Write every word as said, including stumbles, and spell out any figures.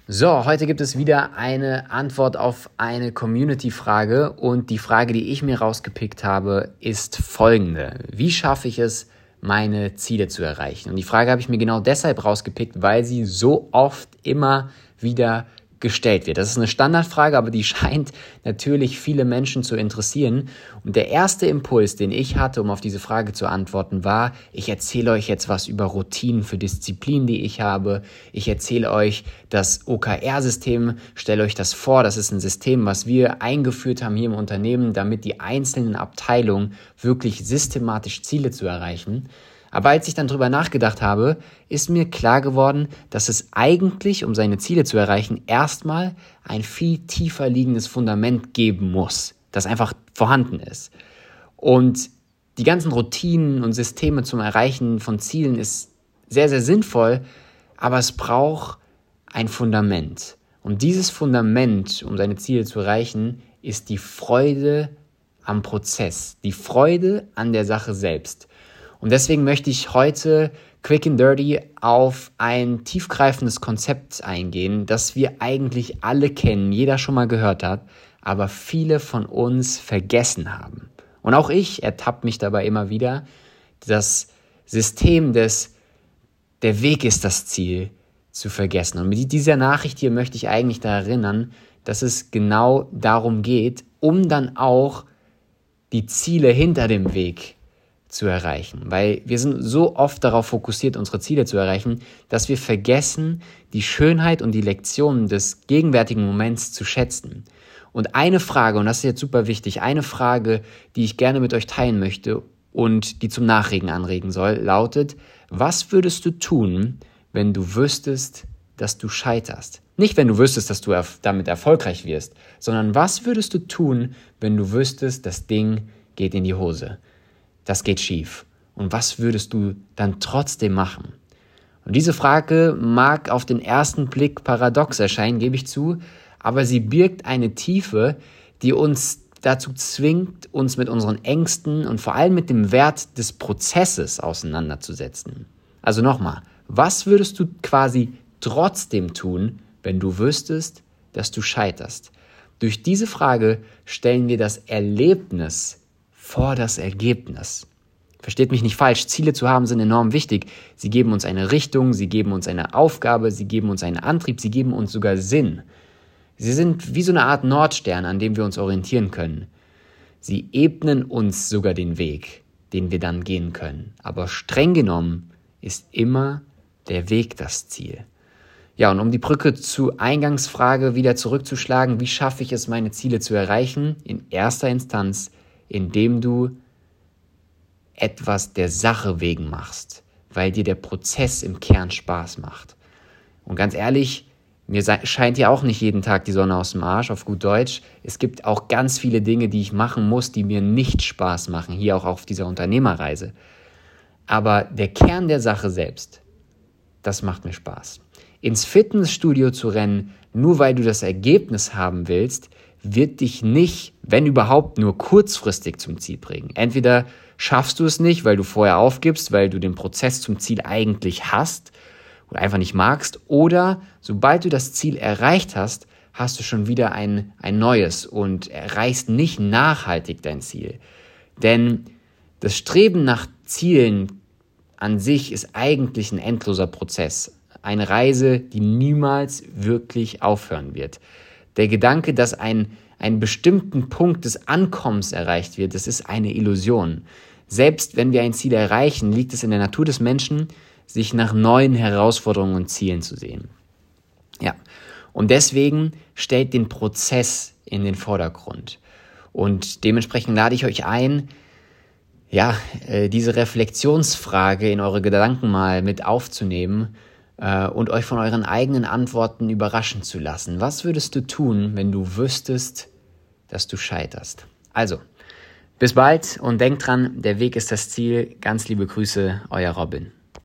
So, heute gibt es wieder eine Antwort auf eine Community-Frage und die Frage, die ich mir rausgepickt habe, ist folgende. Wie schaffe ich es, meine Ziele zu erreichen? Und die Frage habe ich mir genau deshalb rausgepickt, weil sie so oft immer wieder gestellt wird. Das ist eine Standardfrage, aber die scheint natürlich viele Menschen zu interessieren. Und der erste Impuls, den ich hatte, um auf diese Frage zu antworten, war, ich erzähle euch jetzt was über Routinen für Disziplinen, die ich habe. Ich erzähle euch das O K R-System, stelle euch das vor. Das ist ein System, was wir eingeführt haben hier im Unternehmen, damit die einzelnen Abteilungen wirklich systematisch Ziele zu erreichen. Aber als ich dann drüber nachgedacht habe, ist mir klar geworden, dass es eigentlich, um seine Ziele zu erreichen, erstmal ein viel tiefer liegendes Fundament geben muss, das einfach vorhanden ist. Und die ganzen Routinen und Systeme zum Erreichen von Zielen ist sehr, sehr sinnvoll, aber es braucht ein Fundament. Und dieses Fundament, um seine Ziele zu erreichen, ist die Freude am Prozess, die Freude an der Sache selbst. Und deswegen möchte ich heute quick and dirty auf ein tiefgreifendes Konzept eingehen, das wir eigentlich alle kennen, jeder schon mal gehört hat, aber viele von uns vergessen haben. Und auch ich ertappe mich dabei immer wieder. Das System des, der Weg ist das Ziel, zu vergessen. Und mit dieser Nachricht hier möchte ich eigentlich daran erinnern, dass es genau darum geht, um dann auch die Ziele hinter dem Weg zu erreichen, weil wir sind so oft darauf fokussiert, unsere Ziele zu erreichen, dass wir vergessen, die Schönheit und die Lektionen des gegenwärtigen Moments zu schätzen. Und eine Frage, und das ist jetzt super wichtig, eine Frage, die ich gerne mit euch teilen möchte und die zum Nachregen anregen soll, lautet: Was würdest du tun, wenn du wüsstest, dass du scheiterst? Nicht, wenn du wüsstest, dass du damit erfolgreich wirst, sondern was würdest du tun, wenn du wüsstest, das Ding geht in die Hose? Das geht schief. Und was würdest du dann trotzdem machen? Und diese Frage mag auf den ersten Blick paradox erscheinen, gebe ich zu, aber sie birgt eine Tiefe, die uns dazu zwingt, uns mit unseren Ängsten und vor allem mit dem Wert des Prozesses auseinanderzusetzen. Also nochmal, was würdest du quasi trotzdem tun, wenn du wüsstest, dass du scheiterst? Durch diese Frage stellen wir das Erlebnis vor das Ergebnis. Versteht mich nicht falsch, Ziele zu haben sind enorm wichtig. Sie geben uns eine Richtung, sie geben uns eine Aufgabe, sie geben uns einen Antrieb, sie geben uns sogar Sinn. Sie sind wie so eine Art Nordstern, an dem wir uns orientieren können. Sie ebnen uns sogar den Weg, den wir dann gehen können. Aber streng genommen ist immer der Weg das Ziel. Ja, und um die Brücke zur Eingangsfrage wieder zurückzuschlagen, wie schaffe ich es, meine Ziele zu erreichen? In erster Instanz, indem du etwas der Sache wegen machst, weil dir der Prozess im Kern Spaß macht. Und ganz ehrlich, mir scheint ja auch nicht jeden Tag die Sonne aus dem Arsch, auf gut Deutsch. Es gibt auch ganz viele Dinge, die ich machen muss, die mir nicht Spaß machen, hier auch auf dieser Unternehmerreise. Aber der Kern der Sache selbst, das macht mir Spaß. Ins Fitnessstudio zu rennen, nur weil du das Ergebnis haben willst, wird dich nicht, wenn überhaupt, nur kurzfristig zum Ziel bringen. Entweder schaffst du es nicht, weil du vorher aufgibst, weil du den Prozess zum Ziel eigentlich hast oder einfach nicht magst, oder sobald du das Ziel erreicht hast, hast du schon wieder ein, ein neues und erreichst nicht nachhaltig dein Ziel. Denn das Streben nach Zielen an sich ist eigentlich ein endloser Prozess. Eine Reise, die niemals wirklich aufhören wird. Der Gedanke, dass ein, einen bestimmten Punkt des Ankommens erreicht wird, das ist eine Illusion. Selbst wenn wir ein Ziel erreichen, liegt es in der Natur des Menschen, sich nach neuen Herausforderungen und Zielen zu sehen. Ja, und deswegen stellt den Prozess in den Vordergrund. Und dementsprechend lade ich euch ein, ja, äh, diese Reflexionsfrage in eure Gedanken mal mit aufzunehmen und euch von euren eigenen Antworten überraschen zu lassen. Was würdest du tun, wenn du wüsstest, dass du scheiterst? Also, bis bald und denkt dran, der Weg ist das Ziel. Ganz liebe Grüße, euer Robin.